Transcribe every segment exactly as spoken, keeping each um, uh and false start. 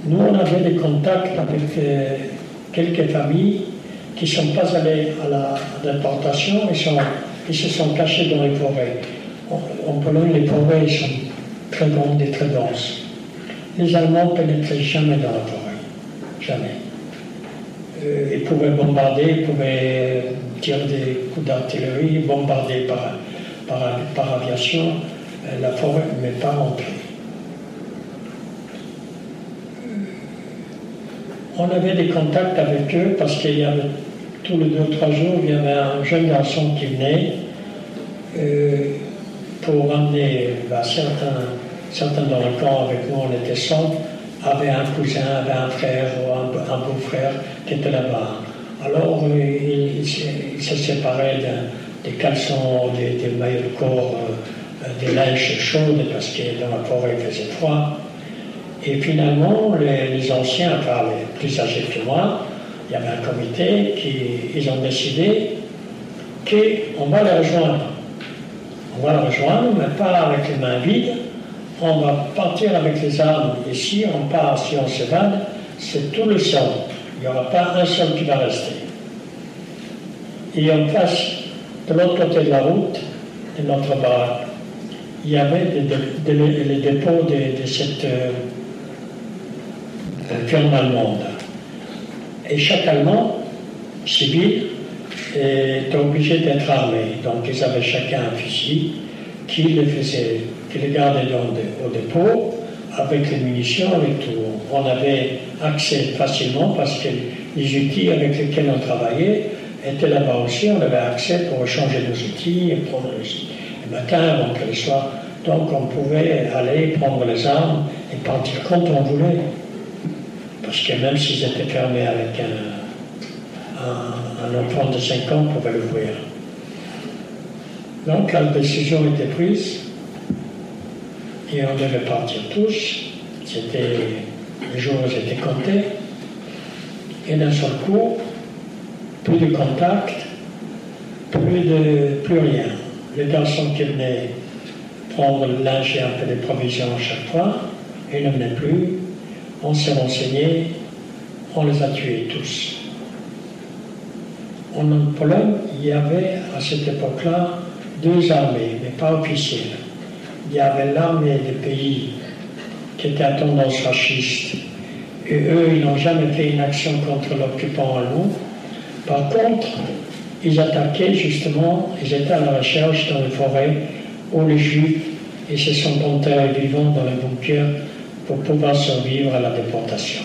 Nous, on avait des contacts avec euh, quelques familles qui ne sont pas allées à la déportation, ils, sont, ils se sont cachés dans les forêts. En, en Pologne, les forêts sont très grandes et très denses. Les Allemands ne pénétraient jamais dans la forêt. Jamais. Euh, ils pouvaient bombarder, ils pouvaient tirer des coups d'artillerie, bombarder par, par, par aviation euh, la forêt, mais pas rentrer. On avait des contacts avec eux parce qu'il y avait tous les deux ou trois jours, il y avait un jeune garçon qui venait euh, pour ramener ben, certains, certains dans le camp avec nous, on était cent, avait un cousin, avait un frère ou un, un beau-frère qui était là-bas. Alors euh, il, il, il se séparait de, des caleçons, des, des maillots de corps, euh, des linges chaudes parce que dans la forêt il faisait froid. Et finalement, les, les anciens, enfin les plus âgés que moi, il y avait un comité qui ils ont décidé qu'on va les rejoindre. On va les rejoindre, mais pas avec les mains vides. On va partir avec les armes. Et si on part, si on s'évade, c'est tout le sang. Il n'y aura pas un seul qui va rester. Et en face, de l'autre côté de la route, de notre baraque, il y avait des, des, des, les dépôts de, de cette euh, firme allemande. Et chaque Allemand civil était obligé d'être armé. Donc ils avaient chacun un fusil qui les faisait, qui les gardait dans de, au dépôt avec les munitions, avec tout. On avait accès facilement parce que les outils avec lesquels on travaillait étaient là-bas aussi. On avait accès pour échanger nos outils et prendre les, le matin, rentrer le soir. Donc on pouvait aller prendre les armes et partir quand on voulait. Parce que même s'ils étaient fermés avec un, un, un enfant de cinq ans, on pouvait l'ouvrir. Donc la décision était prise et on devait partir tous. C'était, les jours étaient comptés. Et d'un seul coup, plus de contact, plus de plus rien. Les garçons qui venaient prendre le linge et un peu de provisions chaque fois, ils ne venaient plus. On s'est renseigné, on les a tués tous. En Pologne, il y avait à cette époque-là deux armées, mais pas officielles. Il y avait l'armée des pays qui était à tendance fasciste, et eux, ils n'ont jamais fait une action contre l'occupant allemand. Par contre, ils attaquaient justement, ils étaient à la recherche dans les forêts où les Juifs, ils se sont enterrés vivants dans les bunkers pour pouvoir survivre à la déportation.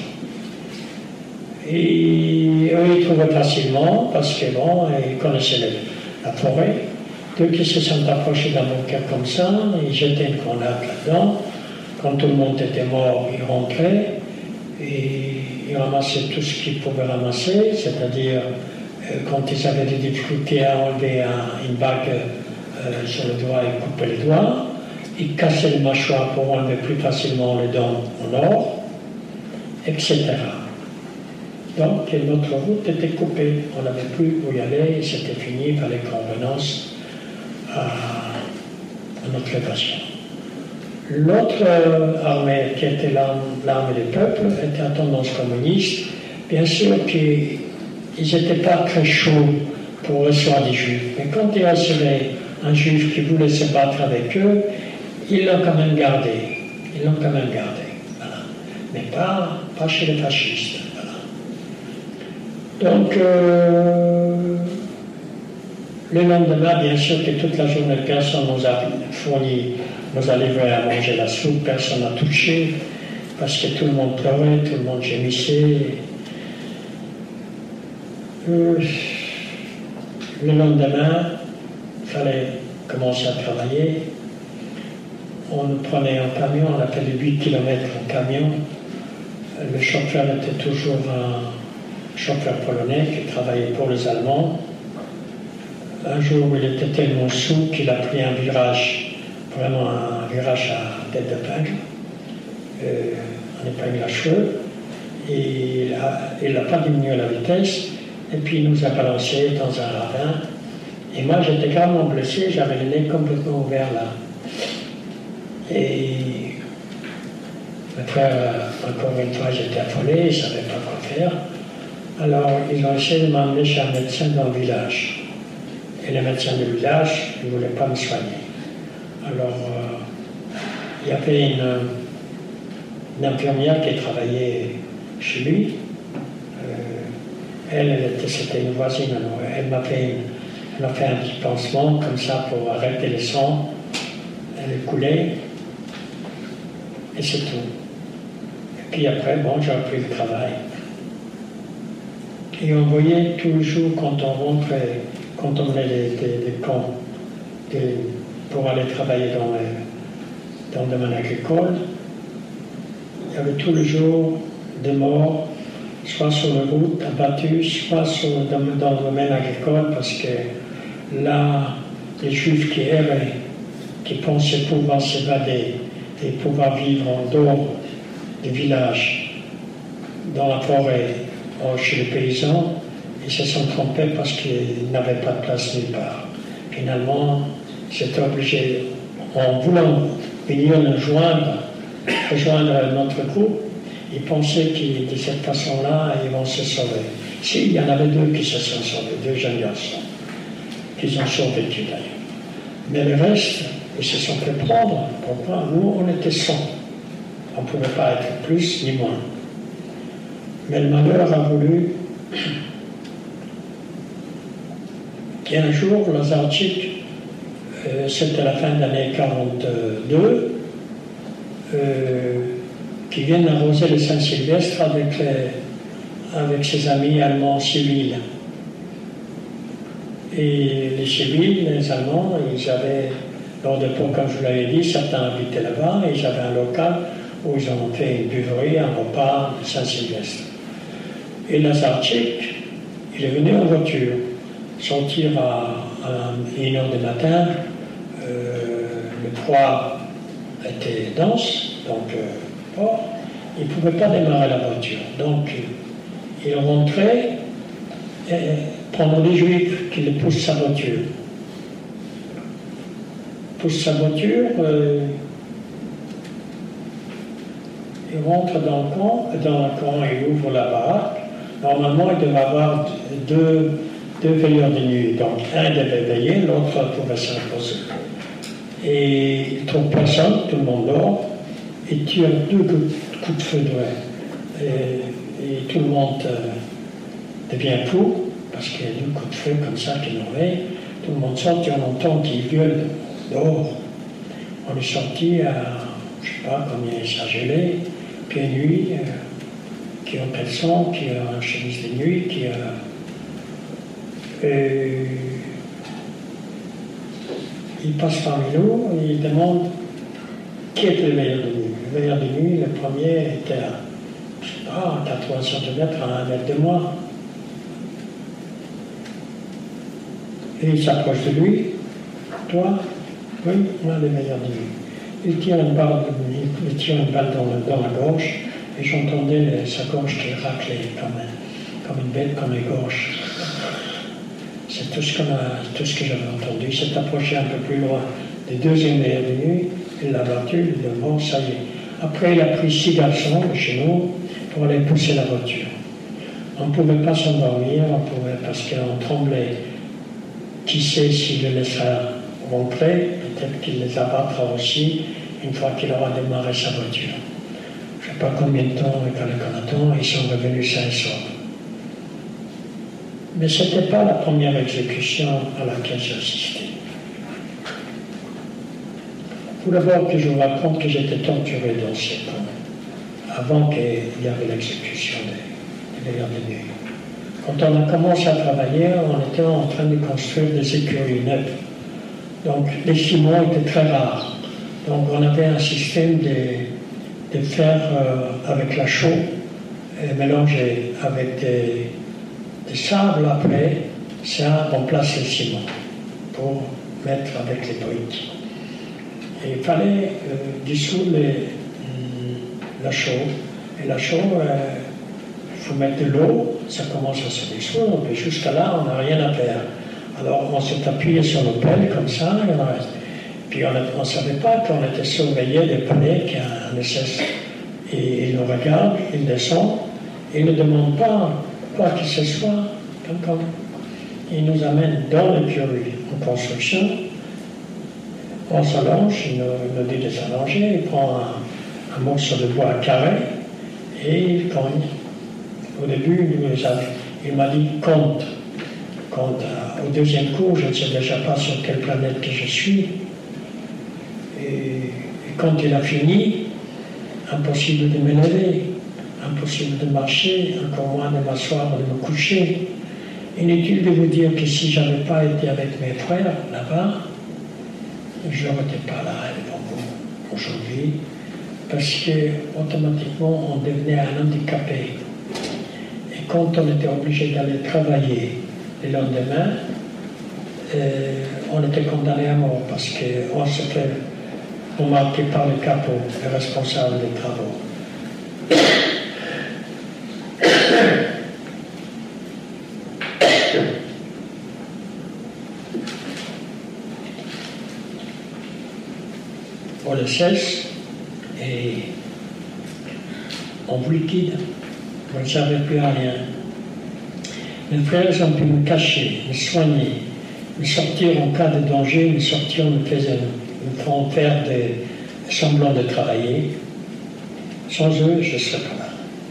Et eux, ils trouvaient facilement, parce que bon, ils connaissaient les, la forêt. Dès qu'ils se sont approchés d'un bunker comme ça, ils jetaient une grenade là-dedans. Quand tout le monde était mort, ils rentraient et ils ramassaient tout ce qu'ils pouvaient ramasser, c'est-à-dire euh, quand ils avaient des difficultés à enlever un, une bague euh, sur le doigt, ils coupaient les doigts. Ils cassaient le mâchoire pour enlever plus facilement les dents en or, et cetera. Donc notre route était coupée, on n'avait plus où y aller, et c'était fini, il fallait qu'on renonce à, à notre évasion. L'autre euh, armée, qui était l'armée des peuples, était à tendance communiste. Bien sûr qu'ils n'étaient pas très chauds pour recevoir des juifs, mais quand ils recevaient un juif qui voulait se battre avec eux, ils l'ont quand même gardé. Ils l'ont quand même gardé. Voilà. Mais pas, pas chez les fascistes. Voilà. Donc, euh, le lendemain, bien sûr que toute la journée, personne nous a fourni, nous a livré à manger la soupe, personne n'a touché, parce que tout le monde pleurait, tout le monde gémissait. Euh, le lendemain, il fallait commencer à travailler. On nous prenait en camion, on a fait huit kilomètres en camion. Le chauffeur était toujours un chauffeur polonais qui travaillait pour les Allemands. Un jour, il était tellement saoul qu'il a pris un virage, vraiment un virage à tête d'épingle, euh, un épingle à cheveux, et il n'a pas diminué la vitesse, et puis il nous a balancé dans un ravin. Et moi, j'étais gravement blessé, j'avais le nez complètement ouvert là. Et Mes frères, encore une fois, j'étais affolé, ils ne savaient pas quoi faire. Alors, ils ont essayé de m'emmener chez un médecin dans le village. Et le médecin du village ne voulait pas me soigner. Alors, euh, il y avait une, une infirmière qui travaillait chez lui. Euh, elle, elle était, c'était une voisine. Alors, elle m'a fait, elle m'a fait un petit pansement comme ça pour arrêter le sang. Elle coulait. Et c'est tout. Et puis après, bon, j'ai repris le travail. Et on voyait toujours quand on rentrait, quand on venait des, des, des camps des, pour aller travailler dans, les, dans le domaine agricole, il y avait tous les jours des morts, soit sur la route, abattus, soit sur, dans, dans le domaine agricole, parce que là, les Juifs qui erraient, qui pensaient pouvoir s'évader et pouvoir vivre en dehors des villages, dans la forêt, chez les paysans, ils se sont trompés parce qu'ils n'avaient pas de place nulle part. Finalement, ils étaient obligés, en voulant venir nous joindre, rejoindre notre groupe, ils pensaient que de cette façon-là, ils vont se sauver. Si, il y en avait deux qui se sont sauvés, deux jeunes garçons, qui ont survécu d'ailleurs. Mais le reste, ils se sont fait prendre. Pourquoi? Nous, on était cent. On ne pouvait pas être plus ni moins. Mais le malheur a voulu qu'un jour, Lazarchik, euh, c'était la fin de l'année quarante-deux, euh, qui vienne arroser le Saint-Sylvestre avec, les, avec ses amis allemands civils. Et les civils, les Allemands, ils avaient, lors de l'époque, comme je vous l'avais dit, certains habitaient là-bas, et ils avaient un local où ils ont fait une buverie, un repas de Saint-Sylvestre. Et Lazarchik, il est venu en voiture, sortir à, à une heure du matin, euh, le froid était dense, donc euh, oh, il ne pouvait pas démarrer la voiture. Donc il rentrait et pendant les Juifs qui le poussent sa voiture. Pousse sa voiture, euh, il rentre dans le camp, dans le camp, il ouvre la baraque. Normalement, il devait avoir deux, deux veilleurs de nuit. Donc, un devait veiller, l'autre pouvait se reposer. Et il ne trouve personne, tout le monde dort. Il tire deux coups de feu de et, et tout le monde euh, devient fou, parce qu'il y a deux coups de feu comme ça qui nous réveillent. Tout le monde sort et on entend qu'il gueule dehors. On est sorti à, je ne sais pas combien ça gelait, pieds nus. Euh, qui a un caleçon, qui a une chemise de nuit, qui a... Et il passe parmi nous et il demande qui était le veilleur de nuit. Le veilleur de nuit, le premier, était à, je sais pas, à quatre-vingts centimètres, à un mètre de moi. Et il s'approche de lui. Toi? Oui, moi, le veilleur de nuit. Il tire une balle, il tire une balle dans, le, dans la gorge. Et j'entendais sa gorge qui raclait comme, un, comme une bête, comme une gorge. C'est tout ce, qu'on a, tout ce que j'avais entendu. Il s'est approché un peu plus loin des deuxièmes veilleurs de nuit. Il l'a battu, il est mort, ça y est. Après, il a pris six garçons de chez nous pour aller pousser la voiture. On ne pouvait pas s'endormir, on pouvait, parce qu'on tremblait. Qui sait s'il le laissera rentrer, peut-être qu'il les abattra aussi une fois qu'il aura démarré sa voiture. Je ne sais pas combien de temps avec les Canadiens, ils sont revenus sains et saufs. Mais ce n'était pas la première exécution à laquelle j'ai assisté. Il faut d'abord que je vous raconte que j'étais torturé dans ces camps, avant qu'il y avait l'exécution des, des veilleurs de nuit. Quand on a commencé à travailler, on était en train de construire des écuries neuves. Donc les ciments étaient très rares. Donc on avait un système de, de faire euh, avec la chaux, et mélangé avec des, des sables après, ça remplace le ciment pour mettre avec les briques. Et il fallait euh, dissoudre les, la chaux. Et la chaux, il euh, faut mettre de l'eau, ça commence à se dissoudre, et jusqu'à là, on n'a rien à faire. Alors on s'est appuyé sur nos pelles comme ça, et on puis on ne savait pas qu'on était surveillé des palais qui ne cessent. Et il nous regarde, il descend, et il ne demande pas quoi que ce soit, comme, comme. Il nous amène dans l'écurie en construction, on s'allonge, il nous, il nous dit de s'allonger, il prend un, un morceau de bois carré, et il cogne. Au début, il, nous a, il m'a dit compte. compte. Au deuxième cours, je ne sais déjà pas sur quelle planète que je suis. Et, et quand il a fini, impossible de me lever, impossible de marcher, encore moins de m'asseoir, de me coucher. Inutile de vous dire que si je n'avais pas été avec mes frères là-bas, je n'étais pas là devant vous aujourd'hui, parce que automatiquement on devenait un handicapé. Et quand on était obligé d'aller travailler le lendemain, euh, on était condamné à mort parce qu'on se fait remarquer par le capot, le responsable des travaux. On le cesse et on vous liquide. Vous ne savez plus rien. Mes frères ont pu me cacher, me soigner, me sortir en cas de danger, me sortir, me faisaient, me font faire des semblants de travailler. Sans eux, je ne serais pas là.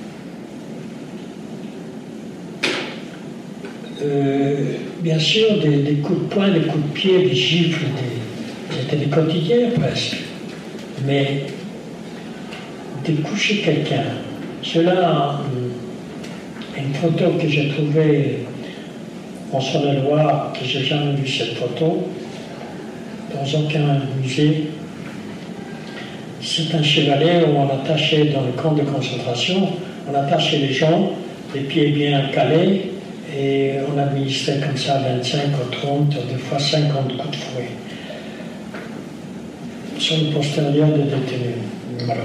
Euh, bien sûr, des, des coups de poing, des coups de pied, des gifles, des, c'était des quotidiens presque. Mais de coucher quelqu'un, cela, une photo que j'ai trouvée en Saône-et-Loire, que j'ai jamais vu cette photo, dans aucun musée. C'est un chevalet où on attachait dans le camp de concentration, on attachait les gens, les pieds bien calés, et on administrait comme ça vingt-cinq ou trente, des fois cinquante coups de fouet sur le postérieur des détenus malheureux.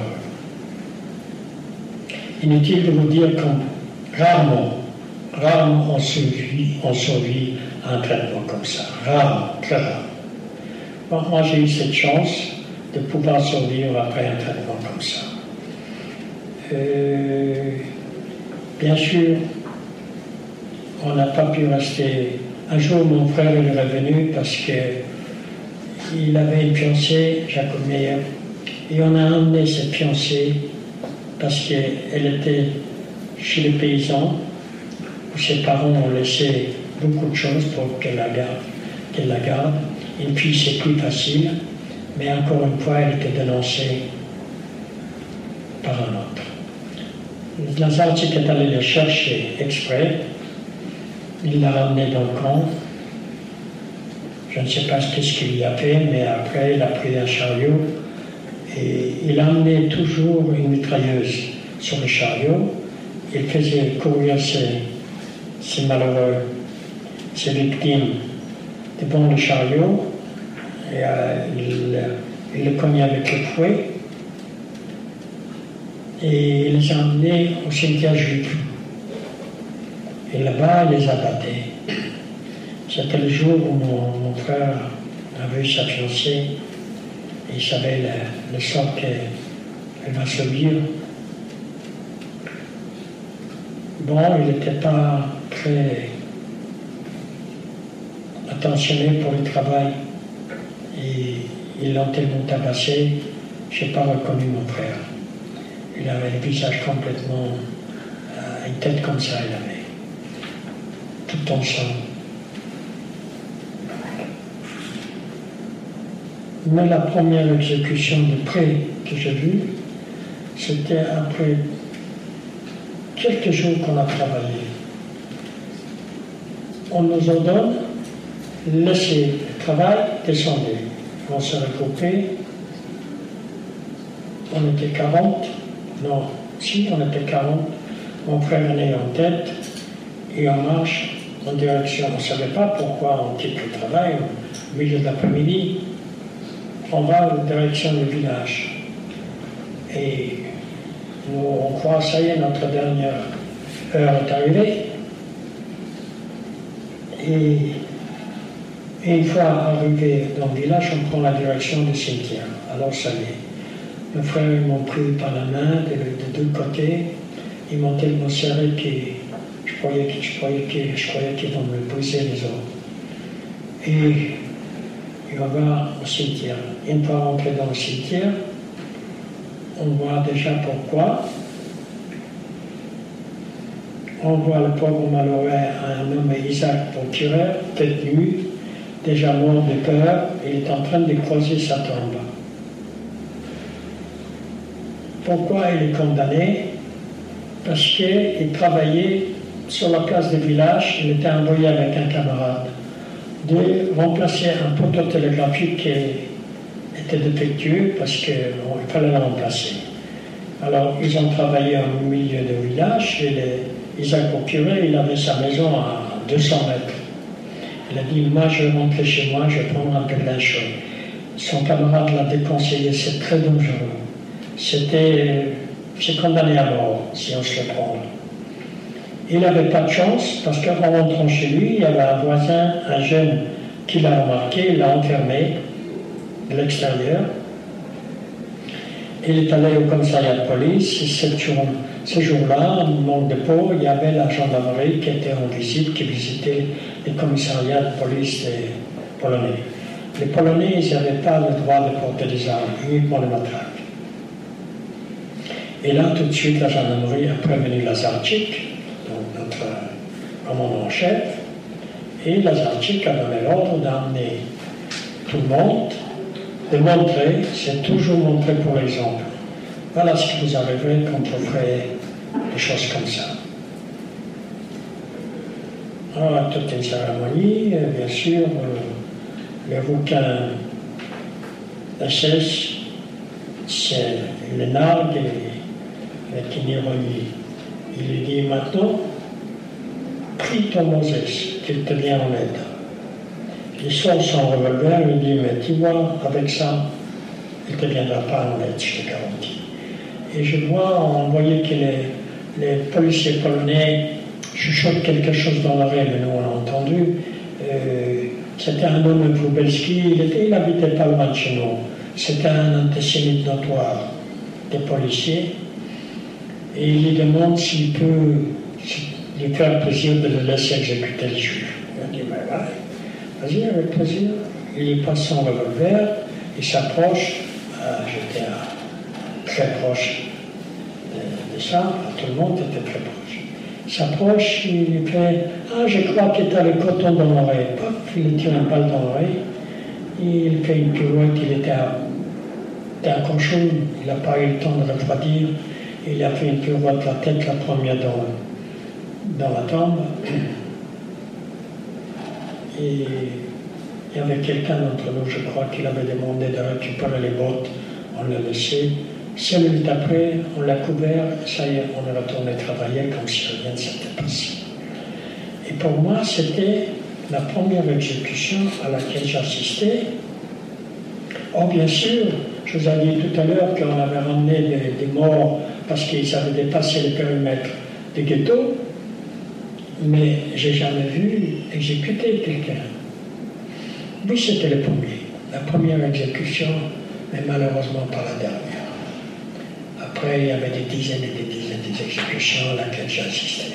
Inutile de vous dire que rarement, rarement on survit, on survit à un traitement comme ça. Rarement, très rare. Bon, moi j'ai eu cette chance de pouvoir survivre après un traitement comme ça. Euh, bien sûr, on n'a pas pu rester. Un jour, mon frère est revenu parce qu'il avait une fiancée, Jacob Meyer, et on a emmené cette fiancée parce qu'elle était chez les paysans, où ses parents ont laissé beaucoup de choses pour qu'elle la garde. Qu'elle la garde. Une fille, c'est plus facile, mais encore une fois, elle était dénoncée par un autre. Lazarczyk est allé le chercher exprès. Il l'a ramené dans le camp. Je ne sais pas ce qu'il y a fait, mais après, il a pris un chariot et il amenait toujours une mitrailleuse sur le chariot. Il faisait courir ses, ses malheureux, ses victimes devant le chariot et euh, il, il le cognait avec le fouet et il les a emmenés au cimetière juif. Et là-bas, il les a battés. C'était le jour où mon, mon frère a vu sa fiancée et il savait le, le sort qu'elle va subir. Bon, il n'était pas très attentionné pour le travail et ils l'ont tellement tabassé, je n'ai pas reconnu mon frère. Il avait le visage complètement, euh, une tête comme ça, il avait. Tout en sang. Mais la première exécution de près que j'ai vue, c'était après quelques jours qu'on a travaillé. On nous ordonne de laisser le travail, descendez. On s'est regroupés. On était quarante. Non, si, on était quarante. Mon frère aîné en tête. Et on marche en direction, on ne savait pas pourquoi on quitte le travail au milieu de l'après-midi. On va en direction du village. Et nous, on croit, ça y est, notre dernière heure est arrivée. Et, et une fois arrivé dans le village, on prend la direction du cimetière. Alors ça y est. mes frères ils m'ont pris par la main de, de deux côtés, ils m'ont tellement serré que je croyais que je croyais que je croyais qu'ils vont me briser les os. Et il va voir au cimetière. Une fois rentré dans le cimetière, on voit déjà pourquoi. On voit le pauvre malheureux, un homme Isaac procureur, tête nue, déjà mort de peur, il est en train de creuser sa tombe. Pourquoi il est condamné? Parce qu'il travaillait sur la place du village, il était envoyé avec un camarade de remplacer un poteau télégraphique qui était défectueux parce qu'il bon, fallait le remplacer. Alors ils ont travaillé au milieu du village et les, Isaac Procureur, il avait sa maison à deux cents mètres. Il a dit, moi je vais rentrer chez moi, je vais prendre un peu de linge chaud. Son camarade l'a déconseillé, c'est très dangereux. C'était, c'est condamné à mort si on se le prend. Il n'avait pas de chance parce qu'en rentrant chez lui, il y avait un voisin, un jeune, qui l'a remarqué, il l'a enfermé de l'extérieur. Il est allé au commissariat de police. Et ce jour-là, manque de peau, il y avait la gendarmerie qui était en visite, qui visitait les commissariats de police des Polonais. Les Polonais, ils n'avaient pas le droit de porter des armes, uniquement les matraques. Et là, tout de suite, la gendarmerie a prévenu Lazarczyk, donc notre commandant en chef, et Lazarczyk a donné l'ordre d'amener tout le monde, de montrer, c'est toujours montrer pour l'exemple. Voilà ce qui vous arriverait quand vous ferez des choses comme ça. Alors, toute une cérémonie, bien sûr, euh, le rouquin S S, c'est le nargue avec une ironie. Il lui dit maintenant, prie ton Moses, qu'il te vient en aide. Il sort son revolver, il lui dit, mais tu vois, avec ça, il ne te viendra pas en aide, je te garantis. Et je vois, on voyait que les, les policiers polonais chuchotent quelque chose dans l'oreille, mais nous on l'a entendu. Euh, C'était un homme Wróbelski, il n'habitait pas loin de chez nous. C'était un antisémite notoire des policiers. Et il lui demande s'il peut lui faire plaisir de le laisser exécuter le juif. Il dit, mais voilà, vas-y, avec plaisir. Il lui passe son revolver, il s'approche, euh, j'étais très proche de, de ça, tout le monde était très proche. Il s'approche, il lui fait, ah, je crois qu'il t'a le coton dans l'oreille. Paf, il lui tire une balle dans l'oreille, il fait une pirouette, il était à, était à cochon, il n'a pas eu le temps de refroidir. Il a fait une pirouette la tête, la première dans, dans la tombe. Et il y avait quelqu'un d'entre nous, je crois, qui l'avait demandé de récupérer les bottes. On l'a laissé. Cinq minutes après, on l'a couvert. Ça y est, on est retourné travailler comme si rien ne s'était passé. Et pour moi, c'était la première exécution à laquelle j'assistais. Or, bien sûr, je vous avais dit tout à l'heure qu'on avait ramené des, des morts parce qu'ils avaient dépassé le périmètre des ghettos, mais j'ai jamais vu exécuter quelqu'un. Oui, c'était le premier, la première exécution, mais malheureusement pas la dernière. Après, il y avait des dizaines et des dizaines d'exécutions à laquelle j'ai assisté.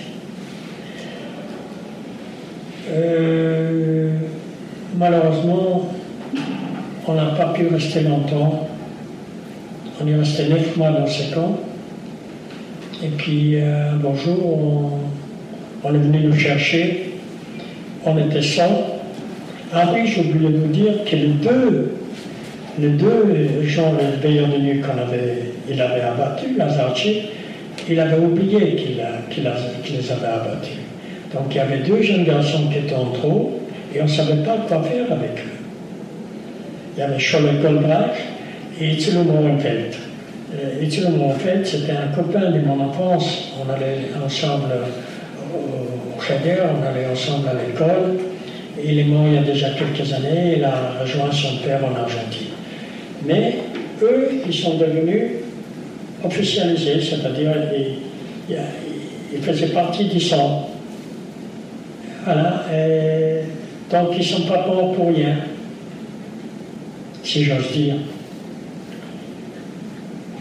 Euh, malheureusement, on n'a pas pu rester longtemps. On est resté neuf mois dans ce camp. Et puis, euh, un beau jour, on, on est venu nous chercher. On était cent. Ah oui, j'ai oublié de vous dire que les deux, les deux gens, les veilleurs de nuit qu'on avait, il avait abattus, Lazarczyk, il avait oublié qu'il qu'il qu'il les avait abattus. Donc il y avait deux jeunes garçons qui étaient en trop et on ne savait pas quoi faire avec eux. Il y avait Scholle Goldbach et Itzelo Morenfeld. Itzelo Morenfeld, c'était un copain de mon enfance. On allait ensemble au Cheder, on allait ensemble à l'école. Il est mort il y a déjà quelques années, il a rejoint son père en Argentine. Mais eux, ils sont devenus officialisés, c'est-à-dire ils, ils faisaient partie du sang. Voilà, et donc ils ne sont pas morts pour rien, si j'ose dire.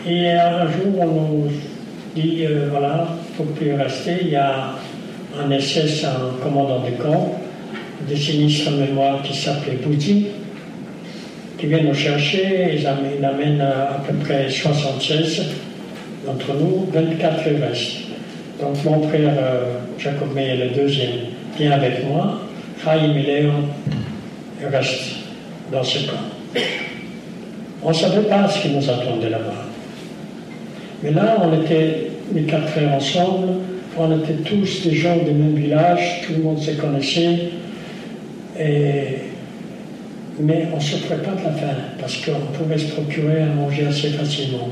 Et un jour, on nous dit, euh, voilà, il ne faut plus rester. Il y a un S S, un commandant de camp, des sinistres mémoire qui s'appelait Bouti, qui vient nous chercher. Ils amènent, ils amènent à, à peu près soixante-seize d'entre nous, vingt-quatre restent. Donc mon frère euh, Jacob May est le deuxième, vient avec moi. Chaim et Léon restent dans ce camp. On ne savait pas ce qui nous attendait là-bas. Mais là, on était les quatre frères ensemble, on était tous des gens du même village, tout le monde se connaissait, et... mais on ne souffrait pas de la faim, parce qu'on pouvait se procurer à manger assez facilement.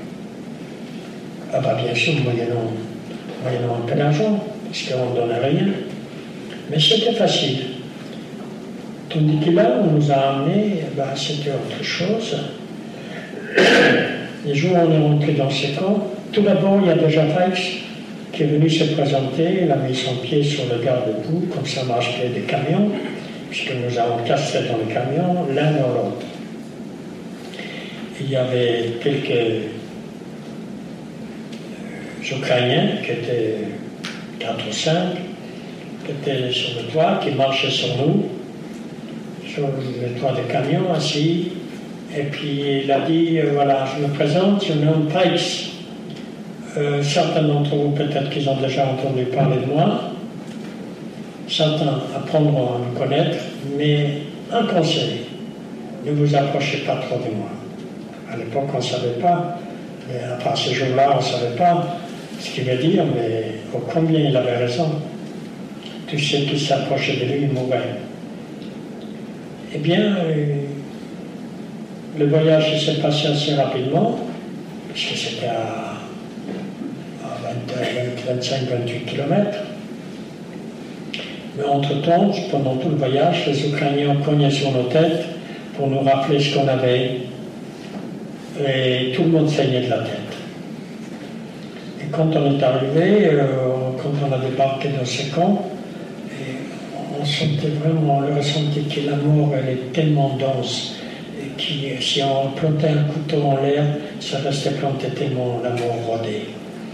Ah bah bien sûr, moyennant, moyennant un peu d'argent, parce qu'on ne donnait rien. Mais c'était facile. Tandis que là, on nous a amenés, bah, c'était autre chose. Les jours où on est rentré dans ces camps, tout d'abord, il y a déjà Faix qui est venu se présenter, il a mis son pied sur le garde-boue, comme ça marchait des camions, puisque nous avons cassé dans les camions, l'un dans l'autre. Il y avait quelques Ukrainiens, qui étaient quatre ou cinq, qui étaient sur le toit, qui marchaient sur nous, sur le toit des camions, assis. Et puis il a dit, euh, voilà, je me présente, je me nomme Faix. Euh, certains d'entre vous, peut-être qu'ils ont déjà entendu parler de moi. Certains apprendront à me connaître, mais un conseil, ne vous approchez pas trop de moi. À l'époque, on ne savait pas, mais à part ce jour-là, on ne savait pas ce qu'il veut dire, mais oh, combien il avait raison. Tous ceux qui s'approchaient de lui mouraient. Eh bien, euh, le voyage s'est passé assez rapidement, puisque c'était à, à vingt-cinq à vingt-huit kilomètres. Mais entre-temps, pendant tout le voyage, les Ukrainiens cognaient sur nos têtes pour nous rappeler ce qu'on avait. Et tout le monde saignait de la tête. Et quand on est arrivé, euh, quand on a débarqué dans ces camps, on sentait vraiment, on le ressentait que la mort, elle est tellement dense, et qui, si on plantait un couteau en l'air, ça restait planté tellement la mort rôdait.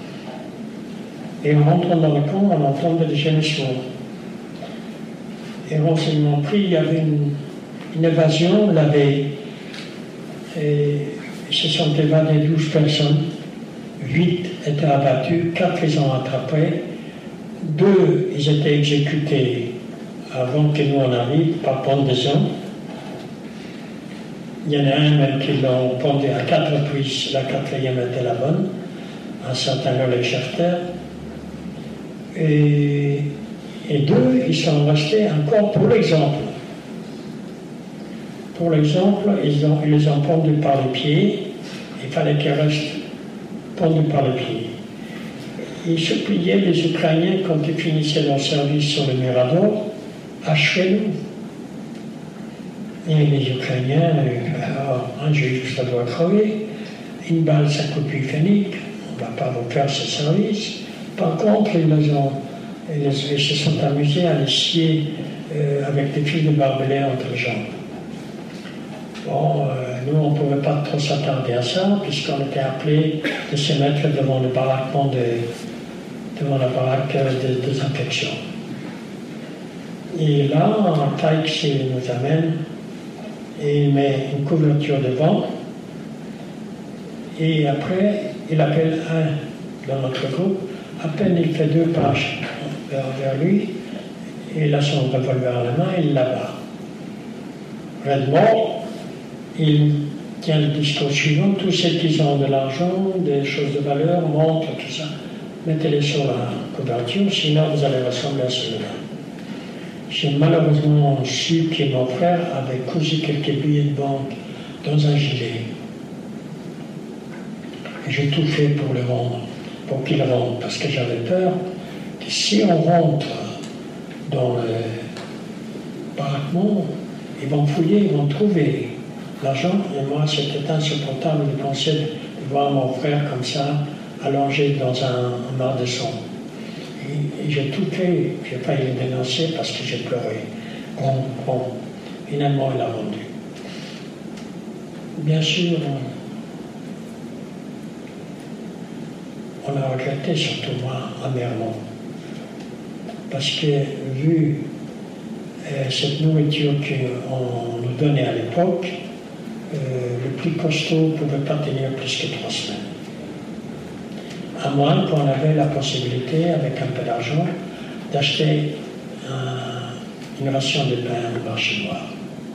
Et en rentrant dans le camp, on entendait des gémissements. Et renseignement pris, il y avait une, une évasion la veille. Et ils se sont évadés douze personnes. Huit étaient abattus, quatre ils ont attrapé. Deux, ils étaient exécutés avant que nous on arrive par pendaison. Il y en a un même qui l'ont pendu à quatre reprises, la quatrième était la bonne, un certain Oleg Schefter. Et, et deux, ils sont restés encore pour l'exemple. Pour l'exemple, ils, ont, ils les ont pendus par les pieds, il fallait qu'ils restent pendus par les pieds. Ils suppliaient les Ukrainiens, quand ils finissaient leur service sur le Mirador, achevez-nous. Et les Ukrainiens, alors, un juif, ça doit crever, une balle, ça coûte plus phénique, on ne va pas vous faire ce service. Par contre, ils, les ont, ils, les, ils se sont amusés à les scier euh, avec des fils de barbelés entre les jambes. Bon, euh, nous, on ne pouvait pas trop s'attarder à ça, puisqu'on était appelés de se mettre devant le baraquement de, devant la baraque de désinfection. Et là, un Faix nous amène et il met une couverture devant. Et après, il appelle un dans notre groupe. À peine il fait deux pages vers, vers lui, et il a son revolver à la main, il l'abat. Redement, il tient le discours suivant. Tous ceux qui ont de l'argent, des choses de valeur, montres, tout ça, mettez-les sur la couverture, sinon vous allez ressembler à celui-là. J'ai malheureusement su que mon frère avait cousu quelques billets de banque dans un gilet. Et j'ai tout fait pour le rendre, pour qu'il rentre, parce que j'avais peur que si on rentre dans le baraquement, ils vont fouiller, ils vont trouver l'argent. Et moi, c'était insupportable de penser de voir mon frère comme ça, allongé dans un, un mar de sang. Et, et j'ai tout fait, j'ai failli le dénoncer parce que j'ai pleuré. Bon, bon, finalement, il a rendu. Bien sûr, on a regretté, surtout moi, amèrement. Parce que, vu euh, cette nourriture qu'on nous donnait à l'époque, euh, le plus costaud ne pouvait pas tenir plus que trois semaines. À moins qu'on avait la possibilité, avec un peu d'argent, d'acheter un, une ration de pain au marché noir.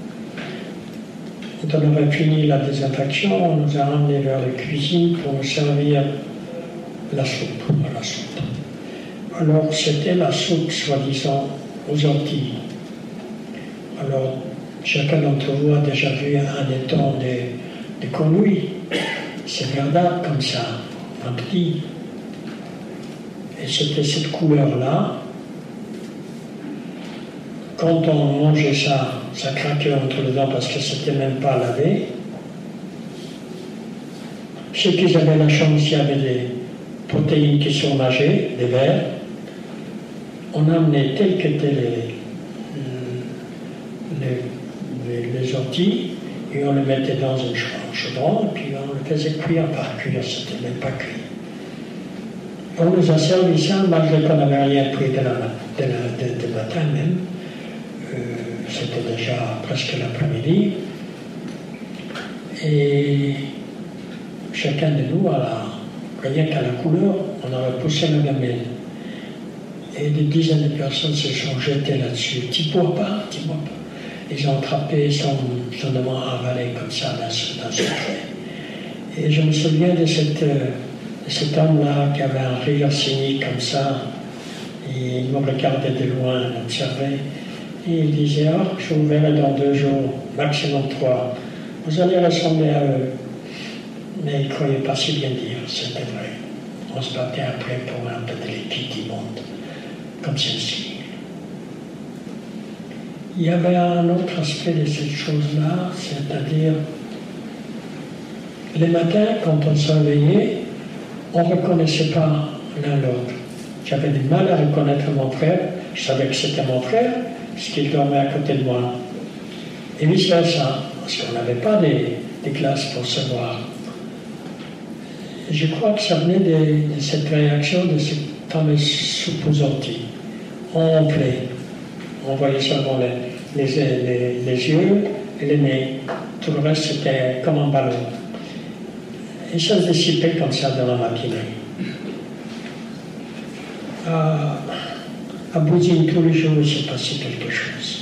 Quand on avait fini la désinfection, on nous a ramenés vers la cuisine pour nous servir la soupe. La soupe. Alors c'était la soupe, soi-disant, aux Antilles. Alors chacun d'entre vous a déjà vu un étang de, de conouilles. C'est verdâtre comme ça, un petit. Et c'était cette couleur-là. Quand on mangeait ça, ça craquait entre les dents parce que c'était même pas lavé. Ceux qui avaient la chance, il y avait des protéines qui sont nagées, des vers. On amenait tel qu'étaient les, les, les, les orties et on les mettait dans un chaudron et puis on le faisait cuire par cuire, c'était même pas cuit. On nous a servi ça malgré qu'on n'avait rien pris de la, de la, de, de matin même. Euh, c'était déjà presque l'après-midi. Et chacun de nous, à la, rien qu'à la couleur, on aurait poussé la gamelle. Et des dizaines de personnes se sont jetées là-dessus. Tu bois pas, tu bois pas. Ils ont attrapé son, son devant avalé comme ça dans ce, dans ce trait. Et je me souviens de, cette, de cet homme-là qui avait un rire cynique comme ça. Et il me regardait de loin, il m'observait. Et il disait, oh, je vous verrai dans deux jours, maximum trois. Vous allez ressembler à eux. Mais il ne croyait pas si bien dire, c'était vrai. On se battait après pour un peu de liquide immonde, comme celle-ci. Il y avait un autre aspect de cette chose-là, c'est-à-dire, les matins, quand on se réveillait, on ne reconnaissait pas l'un l'autre. J'avais du mal à reconnaître mon frère, je savais que c'était mon frère, puisqu'il dormait à côté de moi. Et vice-versa, parce qu'on n'avait pas des, des classes pour se voir. Je crois que ça venait de, de cette réaction de cette fameuse soupe aux orties. On enflait. On voyait seulement les, les, les, les yeux et les nez. Tout le reste, c'était comme un ballon. Et ça se dissipait comme ça dans la matinée. À, à Bouzine, tous les jours, il s'est passé quelque chose.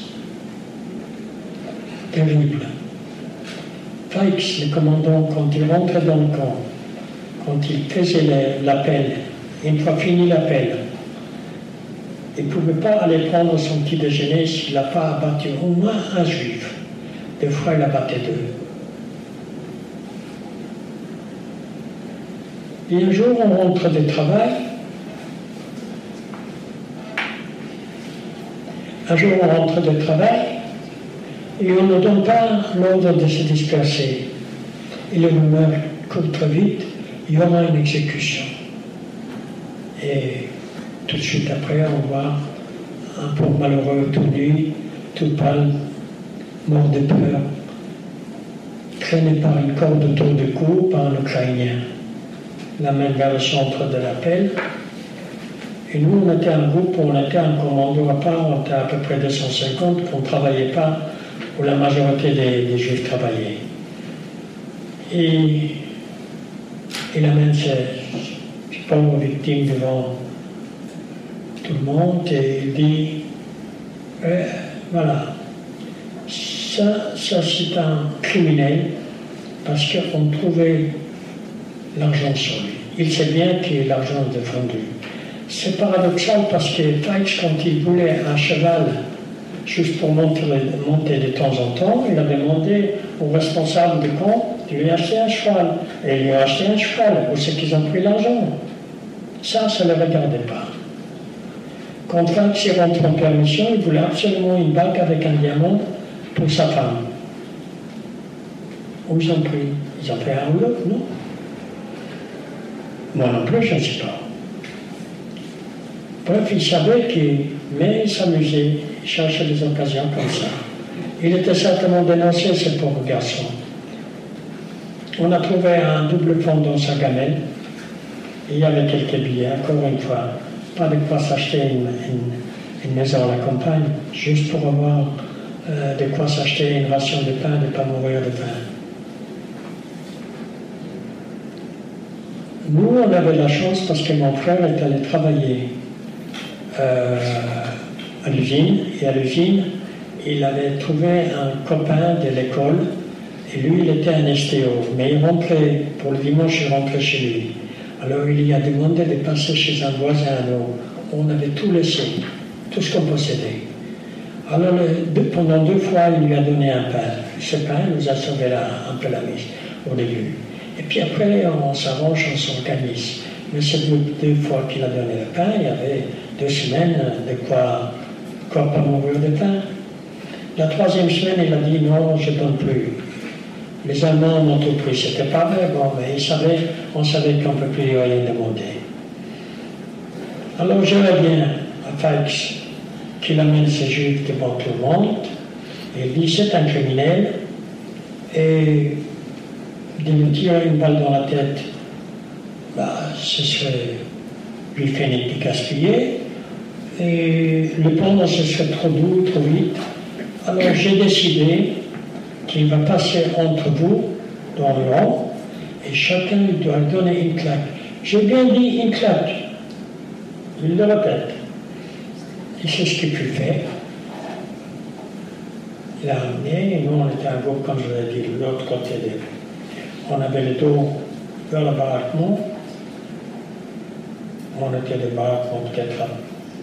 Terrible. Fikes, le commandant, quand il rentrait dans le camp, quand il faisait l'appel, une fois fini l'appel, il ne pouvait pas aller prendre son petit déjeuner s'il n'a pas abattu au moins un juif. Des fois, il abattait deux. Et un jour, on rentre du travail. Un jour, on rentre du travail et on ne donne pas l'ordre de se disperser. Et les rumeurs courent très vite. Il y aura une exécution. Et tout de suite après, on voit un pauvre malheureux tout nu, tout pâle, mort de peur, traîné par une corde autour du cou par un Ukrainien. La main vers le centre de l'appel. Et nous, on était un groupe, on était un commando à part, on était à peu près deux cent cinquante, on ne travaillait pas, où la majorité des, des Juifs travaillaient. Et il amène ces pauvres victimes devant tout le monde et il dit eh, voilà, ça, ça c'est un criminel parce qu'on trouvait l'argent sur lui. Il sait bien que l'argent est défendu. C'est paradoxal parce que Fikes, quand il voulait un cheval juste pour monter, monter de temps en temps, il a demandé au responsable du camp de lui acheter un cheval. Et il lui a acheté un cheval. Où c'est qu'ils ont pris l'argent? Ça, ça ne le regardait pas. Quand Fikes est rentré en permission, il voulait absolument une bague avec un diamant pour sa femme. Où ils ont pris? Ils ont pris un ou l'autre, non? Moi non plus, je ne sais pas. Bref, il savait qu'il, mais il s'amusait, il cherchait des occasions comme ça. Il était certainement dénoncé, ce pauvre garçon. On a trouvé un double fond dans sa gamelle. il y avait quelques billets, encore une fois. Pas de quoi s'acheter une, une, une maison à la campagne, juste pour avoir euh, de quoi s'acheter une ration de pain, de ne pas mourir de faim. Nous, on avait la chance parce que mon frère est allé travailler euh, à l'usine, et à l'usine, il avait trouvé un copain de l'école, et lui, il était un S T O, mais il rentrait, pour le dimanche, il rentrait chez lui. Alors il lui a demandé de passer chez un voisin à nous. On avait tout laissé, tout ce qu'on possédait. Alors le, pendant deux fois, il lui a donné un pain. Ce pain nous a sauvé la, un peu la mise au début. Et puis après, on s'arrange, on s'organise. Mais ces deux, deux fois qu'il a donné le pain, il y avait deux semaines de quoi, quoi pas mourir de pain. La troisième semaine, il a dit non, je ne donne plus. Les Allemands m'ont tout pris, c'était pas vrai, bon, mais ils savaient, on savait qu'on ne peut plus rien demander. Alors j'aurais bien à Faix qu'il amène ces juifs devant tout le monde, et il dit c'est un criminel, et de lui tirer une balle dans la tête, bah, ce serait lui faire de gaspiller, et le prendre ce serait trop doux, trop vite. Alors j'ai décidé qu'il va passer entre vous, dans le rang, et chacun doit donner une claque. J'ai bien dit une claque. Il le répète. Et c'est ce qu'il peut faire. Il a amené, et nous on était un groupe, comme je l'ai dit, de l'autre côté. De... On avait le dos vers le baraquement. On était des baraquements peut-être à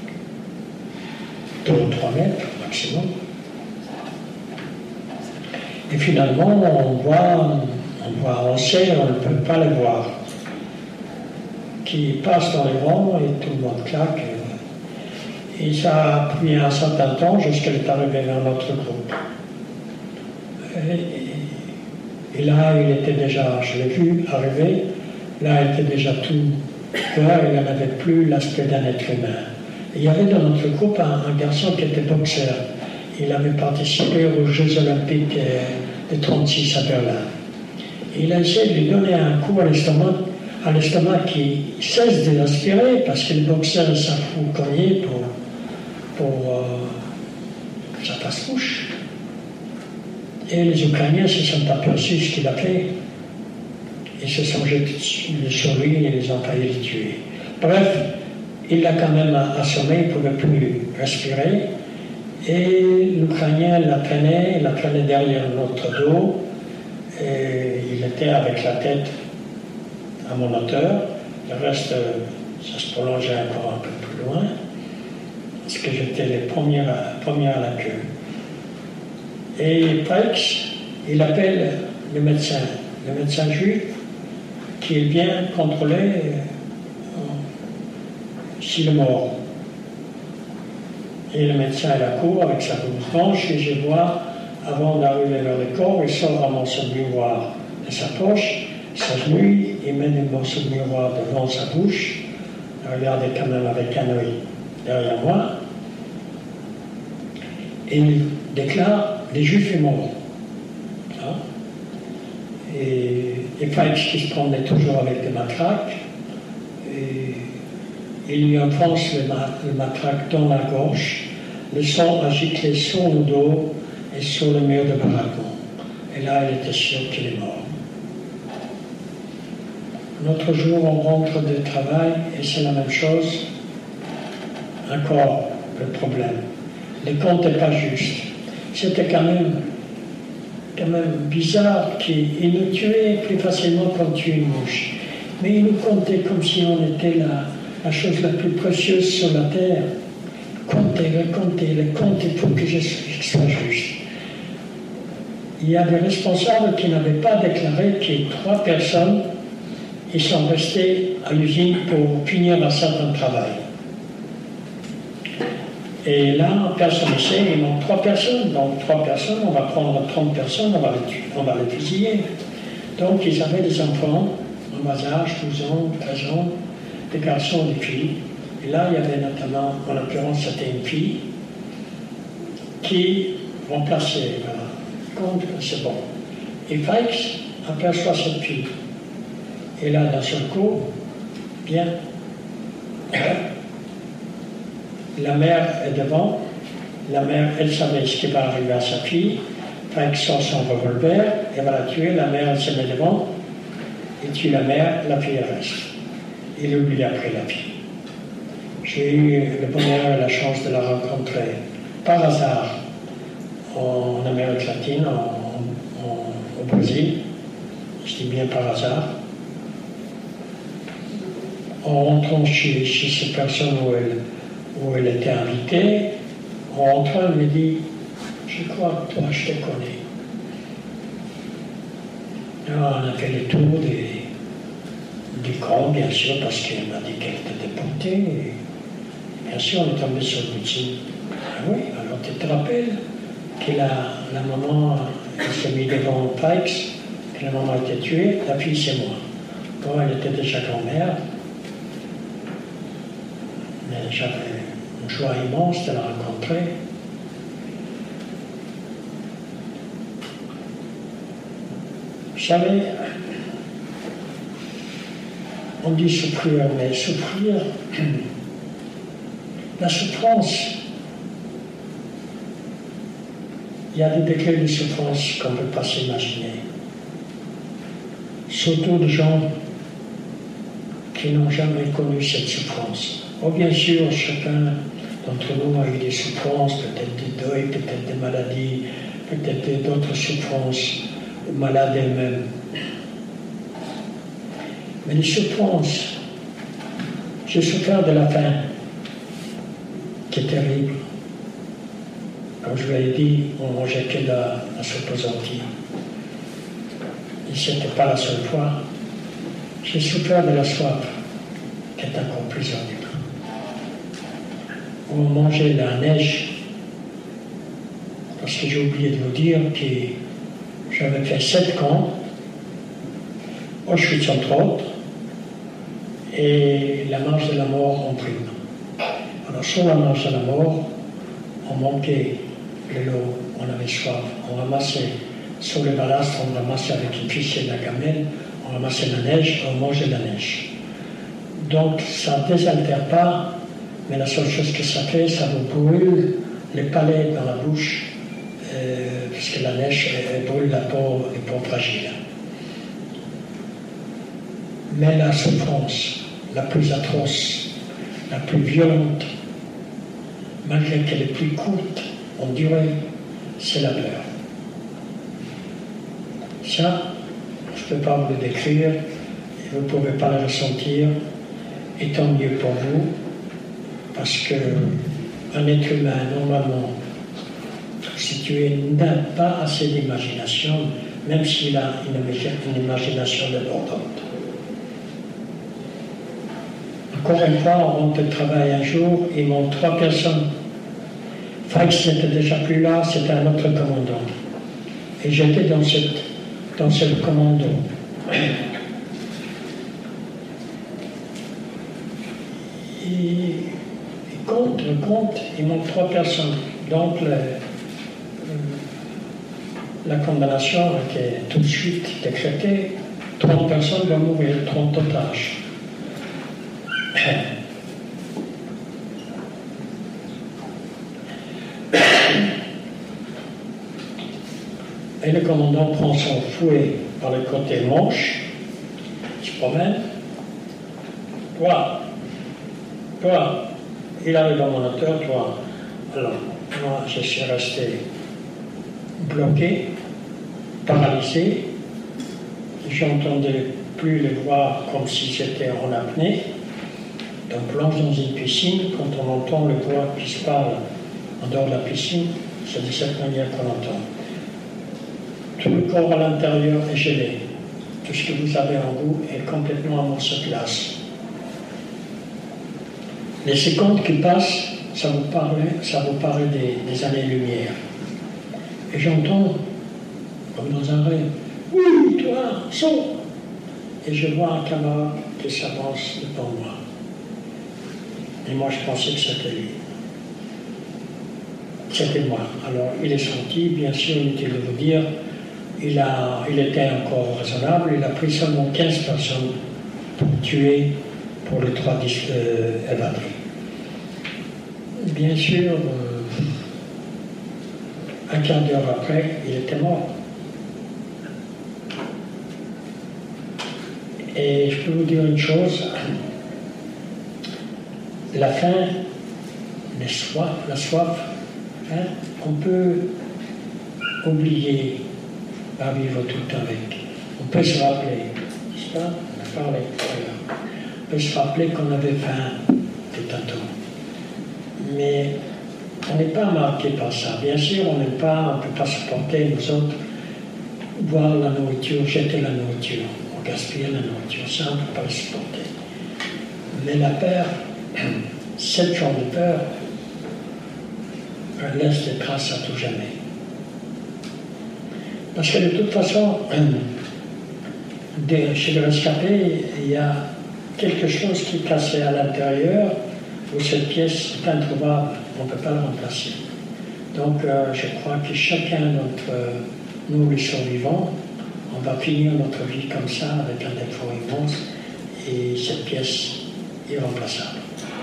deux ou trois mètres maximum. Et finalement, on voit, on voit, on sait, on ne peut pas le voir, qui passe dans les rangs et tout le monde claque. Et ça a pris un certain temps jusqu'à est arrivé vers notre groupe. Et, et là, il était déjà, je l'ai vu arriver, là, il était déjà tout vert, il n'avait plus l'aspect d'un être humain. Et il y avait dans notre groupe un, un garçon qui était boxeur. Il avait participé aux Jeux Olympiques de trente-six à Berlin. Il a essayé de lui donner un coup à l'estomac, à l'estomac qui cesse de l'aspirer parce que le boxeur s'en fout cogner pour, pour euh, sa passe-couche. Et les Ukrainiens se sont aperçus ce qu'il a fait. Ils se sont jetés sur lui et les ont failli le tuer. Bref, il l'a quand même assommé, il ne pouvait plus respirer. Et l'Ukrainien l'a traîné, il l'a traîné derrière notre dos, et il était avec la tête à mon hauteur. Le reste, ça se prolongeait encore un peu plus loin, parce que j'étais les premiers à, premiers à la queue. Et Faix, il appelle le médecin, le médecin juif, qui vient contrôler euh, s'il est mort. Et le médecin est à la cour avec sa blouse blanche et je vois, avant d'arriver vers le corps, il sort un morceau de miroir de sa poche, s'agenouille, il met un morceau de miroir devant sa bouche, regardez quand même avec un œil derrière moi, et il déclare « Les Juifs sont morts ». Et, et Faix qui se promenait toujours avec des matraques, et il lui enfonce le, ma le matraque dans la gorge, le sang a giclé sur le dos et sur le mur de baraquement. Et là, il était sûr qu'il est mort. L'autre jour, on rentre de travail et c'est la même chose. Encore le problème. Les comptes n'étaient pas justes. C'était quand même, quand même bizarre qu'ils nous tuaient plus facilement qu'on tue une mouche. Mais ils nous comptaient comme si on était la, la chose la plus précieuse sur la terre. Comptez, recomptez, les comptes, il faut que je sois juste. Il y a des responsables qui n'avaient pas déclaré que trois personnes ils sont restés à l'usine pour finir un certain travail. Et là, personne ne sait, il manque trois personnes. Donc trois personnes, on va prendre trente personnes, on va les, on va les fusiller. Donc ils avaient des enfants, en bas âge, douze ans, treize ans, des garçons, des filles. Et là, il y avait notamment, en l'occurrence, c'était une fille qui remplaçait, voilà. Donc, c'est bon. Et Faix aperçoit cette fille. Et là, d'un seul coup, Bien. La mère est devant. La mère, elle savait ce qui va arriver à sa fille. Frank sort son revolver, elle va la tuer. La mère, elle se met devant. Il tue la mère, la fille reste. Il oublie après la fille. J'ai eu le bonheur et la chance de la rencontrer par hasard en Amérique latine, en, en, au Brésil. Je dis bien par hasard. En rentrant chez, chez cette personne où elle, où elle était invitée, en rentrant, elle me dit « Je crois que toi, je te connais. » Alors, on a fait le tour des, du camp, bien sûr, parce qu'elle m'a dit qu'elle était déportée. Et bien sûr, on est tombé sur le petit. Ah oui, alors tu te rappelles que la, la maman s'est mise devant Pikes, que la maman a été tuée, la fille c'est moi. Bon, elle était déjà grand-mère. Mais j'avais une joie immense de la rencontrer. Vous savez, on dit souffrir, mais souffrir, la souffrance, il y a des degrés de souffrance qu'on ne peut pas s'imaginer. Surtout des gens qui n'ont jamais connu cette souffrance. Oh, bien sûr, chacun d'entre nous a eu des souffrances, peut-être des deuils, peut-être des maladies, peut-être d'autres souffrances, malades elles-mêmes. Mais les souffrances, j'ai souffert de la faim, qui est terrible. Comme je vous l'ai dit, on mangeait que la, la soupe aux Antilles. Et ce n'était pas la seule fois. J'ai souffert de la soif, qui est encore plus horrible. On mangeait la neige, parce que j'ai oublié de vous dire que j'avais fait sept camps, Auschwitz entre autres, et la marche de la mort en prime. Alors sur la marche de la mort, on manquait de l'eau, on avait soif, on ramassait sur les ballasts, on ramassait avec une ficelle de la gamelle, on ramassait la neige, on mangeait la neige. Donc ça ne désaltère pas, mais la seule chose que ça fait, ça vous brûle les palais dans la bouche, euh, parce que la neige elle, elle brûle la peau, les peaux fragiles. Mais la souffrance la plus atroce, la plus violente, malgré qu'elle est plus courte en durée, c'est la peur. Ça, je ne peux pas vous le décrire, et vous ne pouvez pas le ressentir, et tant mieux pour vous, parce qu'un être humain, normalement, situé, n'a pas assez d'imagination, même s'il a une, une imagination débordante. Encore une fois, on rentre de travail un jour, ils montent trois personnes. Fax n'était déjà plus là, c'était un autre commandant. Et j'étais dans cette, dans ce commando. Ils comptent, ils comptent, ils montent trois personnes. Donc le, la condamnation a été tout de suite décrétée. trente personnes vont mourir, trente otages. Et le commandant prend son fouet par le côté manche, il se promène. Toi, toi, il arrive dans mon hauteur, toi. Alors, moi, je suis resté bloqué, paralysé. J'entendais plus les voix comme si j'étais en apnée. On plonge dans une piscine, quand on entend le voix qui se parle en dehors de la piscine, c'est de cette manière qu'on entend. Tout le corps à l'intérieur est gelé. Tout ce que vous avez en vous est complètement à morceaux de glace. Les secondes qui passent, ça vous parle, ça vous parle des, des années-lumière. Et j'entends, comme dans un rêve, « Oui, toi, saute !» Et je vois un camarade qui s'avance devant moi. Et moi, je pensais que c'était lui. C'était moi. Alors, il est sorti, bien sûr, inutile de vous dire, il, a, il était encore raisonnable, il a pris seulement quinze personnes pour tuer, pour les trois euh, évadés. Bien sûr, euh, un quart d'heure après, il était mort. Et je peux vous dire une chose, la faim, la soif, la soif hein, on peut oublier à vivre tout le temps avec. On peut se rappeler, n'est-ce pas? On a parlé tout à l'heure. On peut se rappeler qu'on avait faim tout un temps. Mais on n'est pas marqué par ça. Bien sûr, on n'aime pas, on ne peut pas supporter, nous autres, boire la nourriture, jeter la nourriture. On gaspille la nourriture, ça on ne peut pas le supporter. Mais la peur, cette genre de peur, elle laisse des traces à tout jamais. Parce que de toute façon, chez le rescapé, il y a quelque chose qui est cassé à l'intérieur, où cette pièce est introuvable, on ne peut pas la remplacer. Donc euh, je crois que chacun d'entre nous, les survivants, on va finir notre vie comme ça, avec un défaut immense, et cette pièce irremplaçable.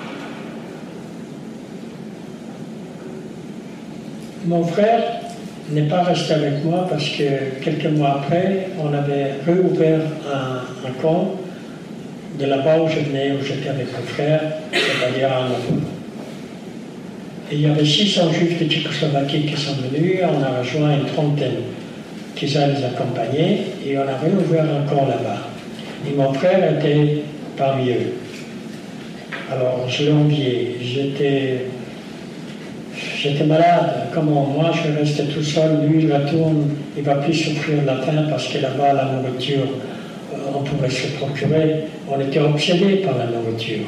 Mon frère n'est pas resté avec moi parce que quelques mois après, on avait réouvert un, un camp de là-bas où je venais, où j'étais avec mon frère, c'est-à-dire à Novo. Et il y avait six cents juifs de Tchécoslovaquie qui sont venus, on a rejoint une trentaine qui allaient les accompagner, et on a réouvert un camp là-bas. Et mon frère était parmi eux. Alors je l'ai envié, j'étais... J'étais malade, comment moi je restais tout seul, lui il retourne, il ne va plus souffrir de la faim parce que là-bas la nourriture, euh, on pouvait se procurer, on était obsédés par la nourriture.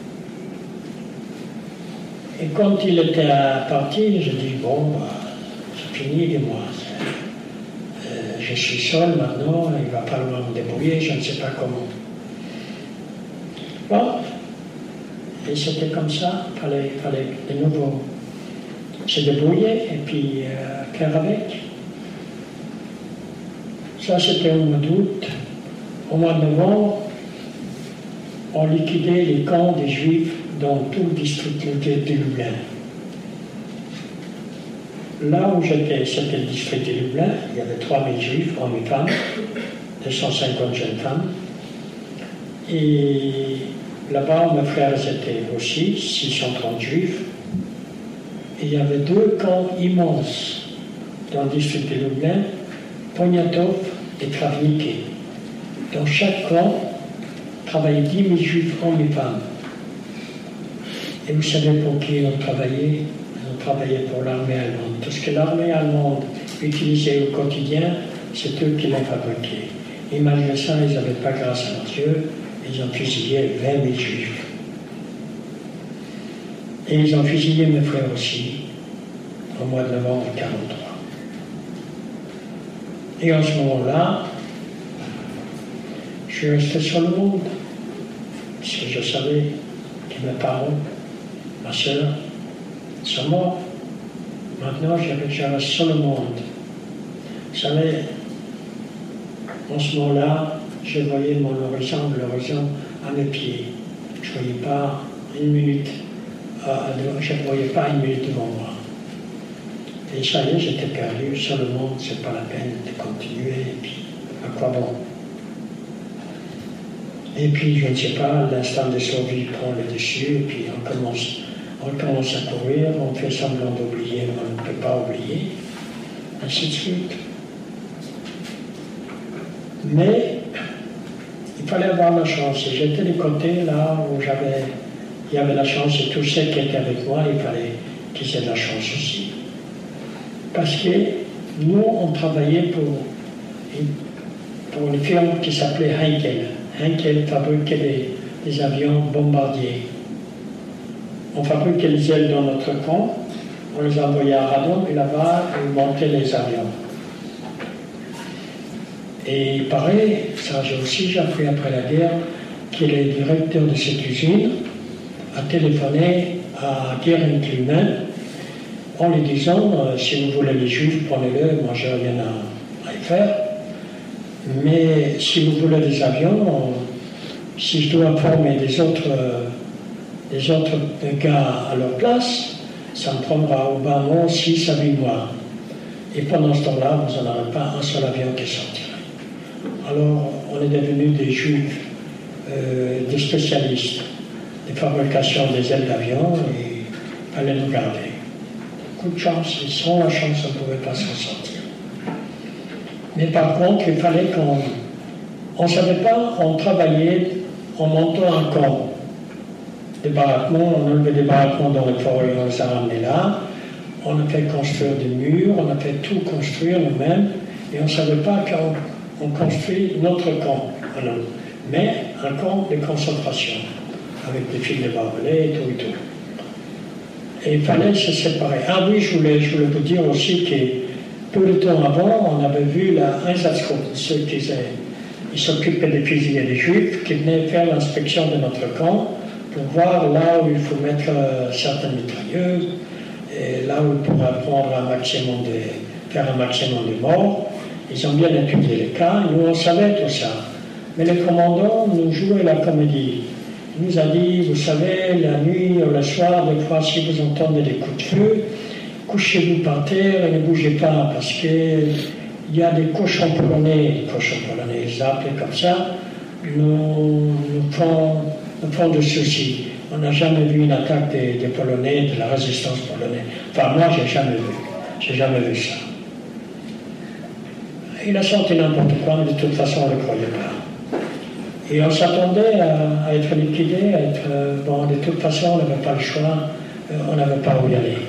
Et quand il était parti, je dis bon, bah, c'est fini de moi. Euh, je suis seul maintenant, il va falloir me débrouiller, je ne sais pas comment. Bon, et c'était comme ça, il fallait, fallait de nouveau se débrouiller et puis euh, faire avec. Ça c'était au mois d'août. Au mois de novembre, on liquidait les camps des Juifs dans tout le district de Lublin. Là où j'étais, c'était le district de Lublin, il y avait trois mille Juifs, hommes et femmes, deux cent cinquante jeunes femmes. Et là-bas, mes frères étaient aussi, six cent trente Juifs. Et il y avait deux camps immenses dans le district de Lublin, Poniatov et Travniki. Dans chaque camp, travaillaient dix mille juifs, hommes et femmes. Et vous savez pour qui on travaillait? On travaillait pour l'armée allemande. Tout ce que l'armée allemande utilisait au quotidien, c'est eux qui l'ont fabriqué. Et malgré ça, ils n'avaient pas grâce à leurs yeux, ils ont fusillé vingt mille juifs. Et ils ont fusillé mes frères aussi, au mois de novembre mille neuf cent quarante-trois. Et en ce moment-là, je suis resté sur le monde, puisque je savais que mes parents, ma soeur, sont morts. Maintenant, je reste sur le monde. Vous savez, en ce moment-là, je voyais mon horizon, l'horizon à mes pieds. Je ne voyais pas une minute. Je ne voyais pas une minute devant moi. Et ça y est, j'étais perdu sur le monde, c'est pas la peine de continuer, et puis à quoi bon? Et puis, je ne sais pas, l'instinct de survie prend le dessus, et puis on commence, on commence à courir, on fait semblant d'oublier, mais on ne peut pas oublier, ainsi de suite. Mais il fallait avoir la chance, et j'étais du côté là où j'avais. Il y avait la chance et tous ceux qui étaient avec moi, il fallait qu'ils aient la chance aussi. Parce que nous, on travaillait pour, pour une firme qui s'appelait Heinkel. Heinkel fabriquait des, des avions bombardiers. On fabriquait les ailes dans notre camp, on les envoyait à Radom, et là-bas, on montait les avions. Et il paraît, ça j'ai aussi appris après la guerre, que le directeur de cette usine a téléphoné à Gering lui-même en lui disant euh, si vous voulez les juifs, prenez-le, moi j'ai rien à, à y faire. Mais si vous voulez des avions, si je dois former des autres, euh, des autres gars à leur place, ça me prendra au bas mot six à huit mois. Et pendant ce temps-là, vous n'en aurez pas un seul avion qui sortira. Alors, on est devenus des juifs, euh, des spécialistes des fabrications des ailes d'avion et il fallait nous garder. Coup de chance, et sans la chance, on ne pouvait pas s'en sortir. Mais par contre, il fallait qu'on... On ne savait pas, on travaillait en montant un camp. Des baraquements, on enlevait des baraquements dans le forêt, on les a ramenés là. On a fait construire des murs, on a fait tout construire nous-mêmes, et on ne savait pas qu'on on construit notre camp, alors, mais un camp de concentration, avec des fils de barbelés et tout et tout. Et il fallait se séparer. Ah oui, je voulais, je voulais vous dire aussi que peu de temps avant, on avait vu la Einsatzgruppe, ceux qui ils s'occupaient des fusiliers des Juifs, qui venaient faire l'inspection de notre camp pour voir là où il faut mettre euh, certaines mitrailleuses, et là où il pourra prendre un maximum de, faire un maximum de morts. Ils ont bien étudié les cas, nous on savait tout ça. Mais le commandant nous jouait la comédie. Il nous a dit, vous savez, la nuit ou le soir, des fois, si vous entendez des coups de feu, couchez-vous par terre et ne bougez pas, parce qu'il y a des cochons polonais, des cochons polonais, ils appellent comme ça, nous, nous, font, nous font de soucis. On n'a jamais vu une attaque des, des Polonais, de la résistance polonaise. Enfin, moi, j'ai jamais vu. J'ai jamais vu ça. Il a sorti n'importe quoi, mais de toute façon, on ne le croyait pas. Et on s'attendait à, à être liquidé, à être... Euh, bon, de toute façon, on n'avait pas le choix, euh, on n'avait pas où y aller.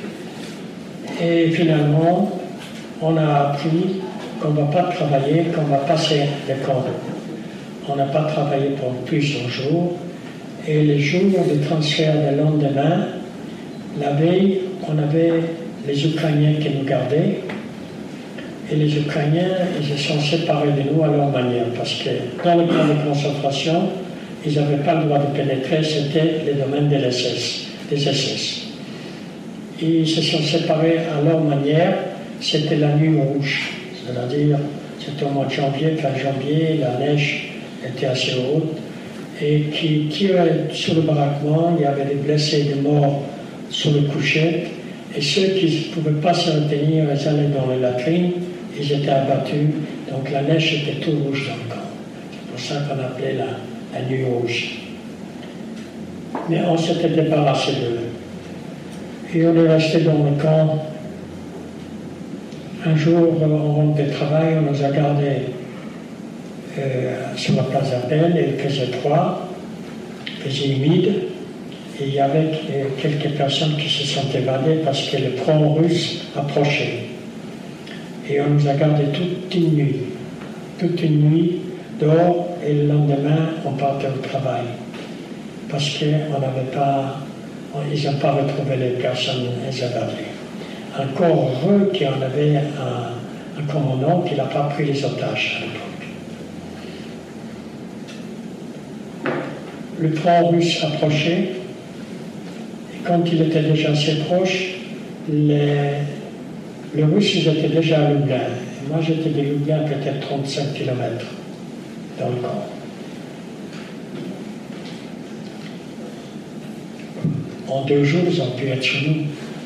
Et finalement, on a appris qu'on ne va pas travailler, qu'on va passer les camps. On n'a pas travaillé pour plusieurs jours. Et les jours de transfert de lendemain, la veille, on avait les Ukrainiens qui nous gardaient. Et les Ukrainiens, ils se sont séparés de nous à leur manière, parce que dans le camp de concentration, ils n'avaient pas le droit de pénétrer, c'était les domaines des S S, des S S. Et ils se sont séparés à leur manière, c'était la nuit rouge, c'est-à-dire, c'était au mois de janvier, fin janvier, la neige était assez haute, et qui tiraient sur le baraquement, il y avait des blessés et des morts sur le coucher, et ceux qui ne pouvaient pas se retenir, ils allaient dans les latrines, ils étaient abattus, donc la neige était tout rouge dans le camp. C'est pour ça qu'on appelait la, la nuit rouge. Mais on s'était débarrassé d'eux. Et on est resté dans le camp. Un jour, on rentre de travail, on nous a gardés euh, sur la place d'Appel, et il faisait froid, il faisait humide, et il y avait quelques personnes qui se sont évadées parce que le front russe approchait. Et on nous a gardés toute une nuit, toute une nuit dehors, et le lendemain, on partait au travail. Parce qu'on n'avait pas, ils n'ont pas retrouvé les personnes évadées. Encore heureux qu'il y en avait un, un commandant qui n'a pas pris les otages à l'époque. Le front russe approchait, et quand il était déjà assez proche, les Les Russes, ils étaient déjà à Lublin. Et moi, j'étais de Lublin peut-être trente-cinq kilomètres dans le camp. En deux jours, ils ont pu être chez nous.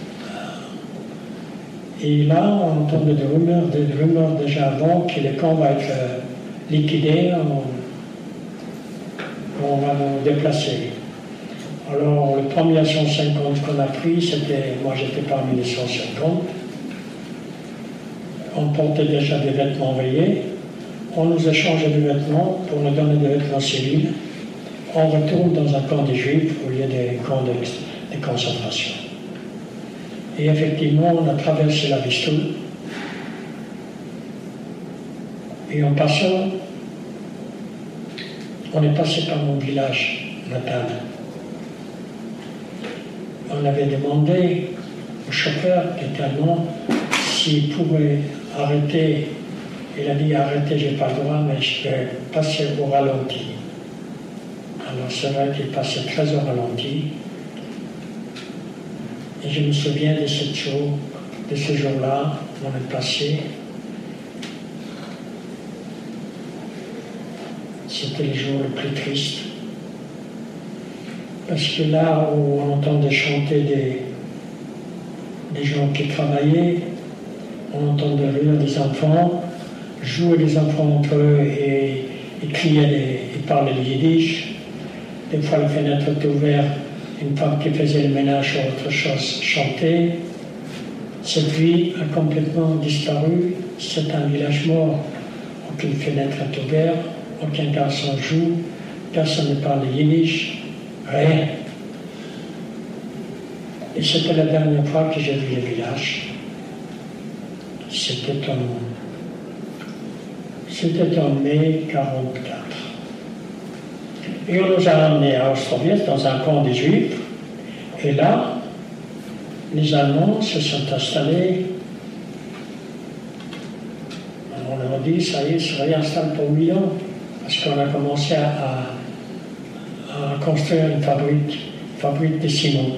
Et là, on entendait des rumeurs, des rumeurs déjà avant que le camp va être liquidé, on, on va nous déplacer. Alors, le premier cent cinquante qu'on a pris, c'était, moi j'étais parmi les cent cinquante. On portait déjà des vêtements rayés, on nous a changé de vêtements pour nous donner des vêtements civils. On retourne dans un camp des Juifs au lieu des camps de, de concentration. Et effectivement, on a traversé la Vistule. Et en passant, on est passé par mon village natal. On avait demandé au chauffeur qui était allemand s'il pouvait arrêter. Il a dit arrêtez, j'ai pas le droit, mais je vais passer au ralenti. Alors c'est vrai qu'il passait très au ralenti. Et je me souviens de ce jour, de ce jour-là, on est passé. c'était le jour le plus triste. Parce que là où on entendait chanter des, des gens qui travaillaient, on entendait rire des enfants, jouer les enfants entre eux et, et crier, les, et parler le yiddish. Des fois, les fenêtres étaient ouvertes, une femme qui faisait le ménage ou autre chose chantait. Cette vie a complètement disparu. C'est un village mort. Aucune fenêtre est ouverte, aucun garçon joue, personne ne parle yiddish, rien. Et c'était la dernière fois que j'ai vu le village. C'était en, c'était en mai quarante-quatre. Et on nous a amenés à Ostrovets, dans un camp des Juifs. Et là, les Allemands se sont installés. On leur a dit, ça y est, ils se réinstallent pour huit ans. Parce qu'on a commencé à, à construire une fabrique, une fabrique de ciment.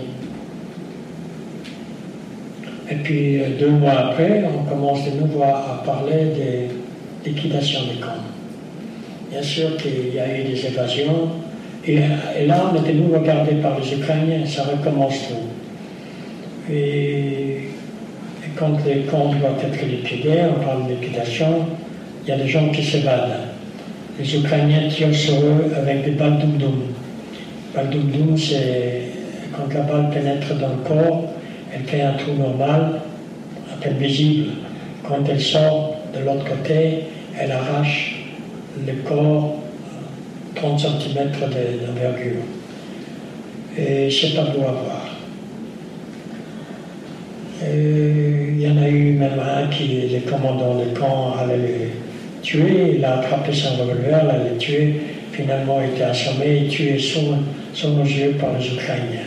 Et puis, deux mois après, on commence de nouveau à parler de liquidation des camps. Bien sûr qu'il y a eu des évasions, et, et là, on était nouveau regardés par les Ukrainiens, ça recommence tout. Et, et quand les camps doivent être liquidés, on parle de liquidation, il y a des gens qui s'évadent. Les Ukrainiens tirent sur eux avec des balles doum-doum. Balles doum-doum, c'est quand la balle pénètre dans le corps, elle fait un trou normal, à peine visible. Quand elle sort de l'autre côté, elle arrache le corps trente centimètres d'envergure. Et c'est pas beau à voir. Il y en a eu même un qui, les commandants de camp, allait les tuer. Il a attrapé son revolver, il allait les tuer. Finalement, il était assommé et tué sous, sous nos yeux par les Ukrainiens.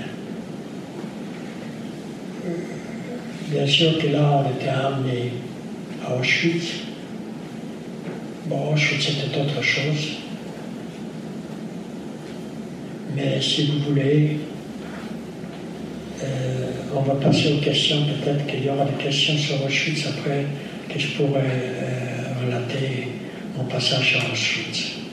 Bien sûr que là, on était amené à Auschwitz. Bon, Auschwitz, c'était autre chose. Mais si vous voulez, euh, on va passer aux questions. Peut-être qu'il y aura des questions sur Auschwitz après, que je pourrais euh, relater mon passage à Auschwitz.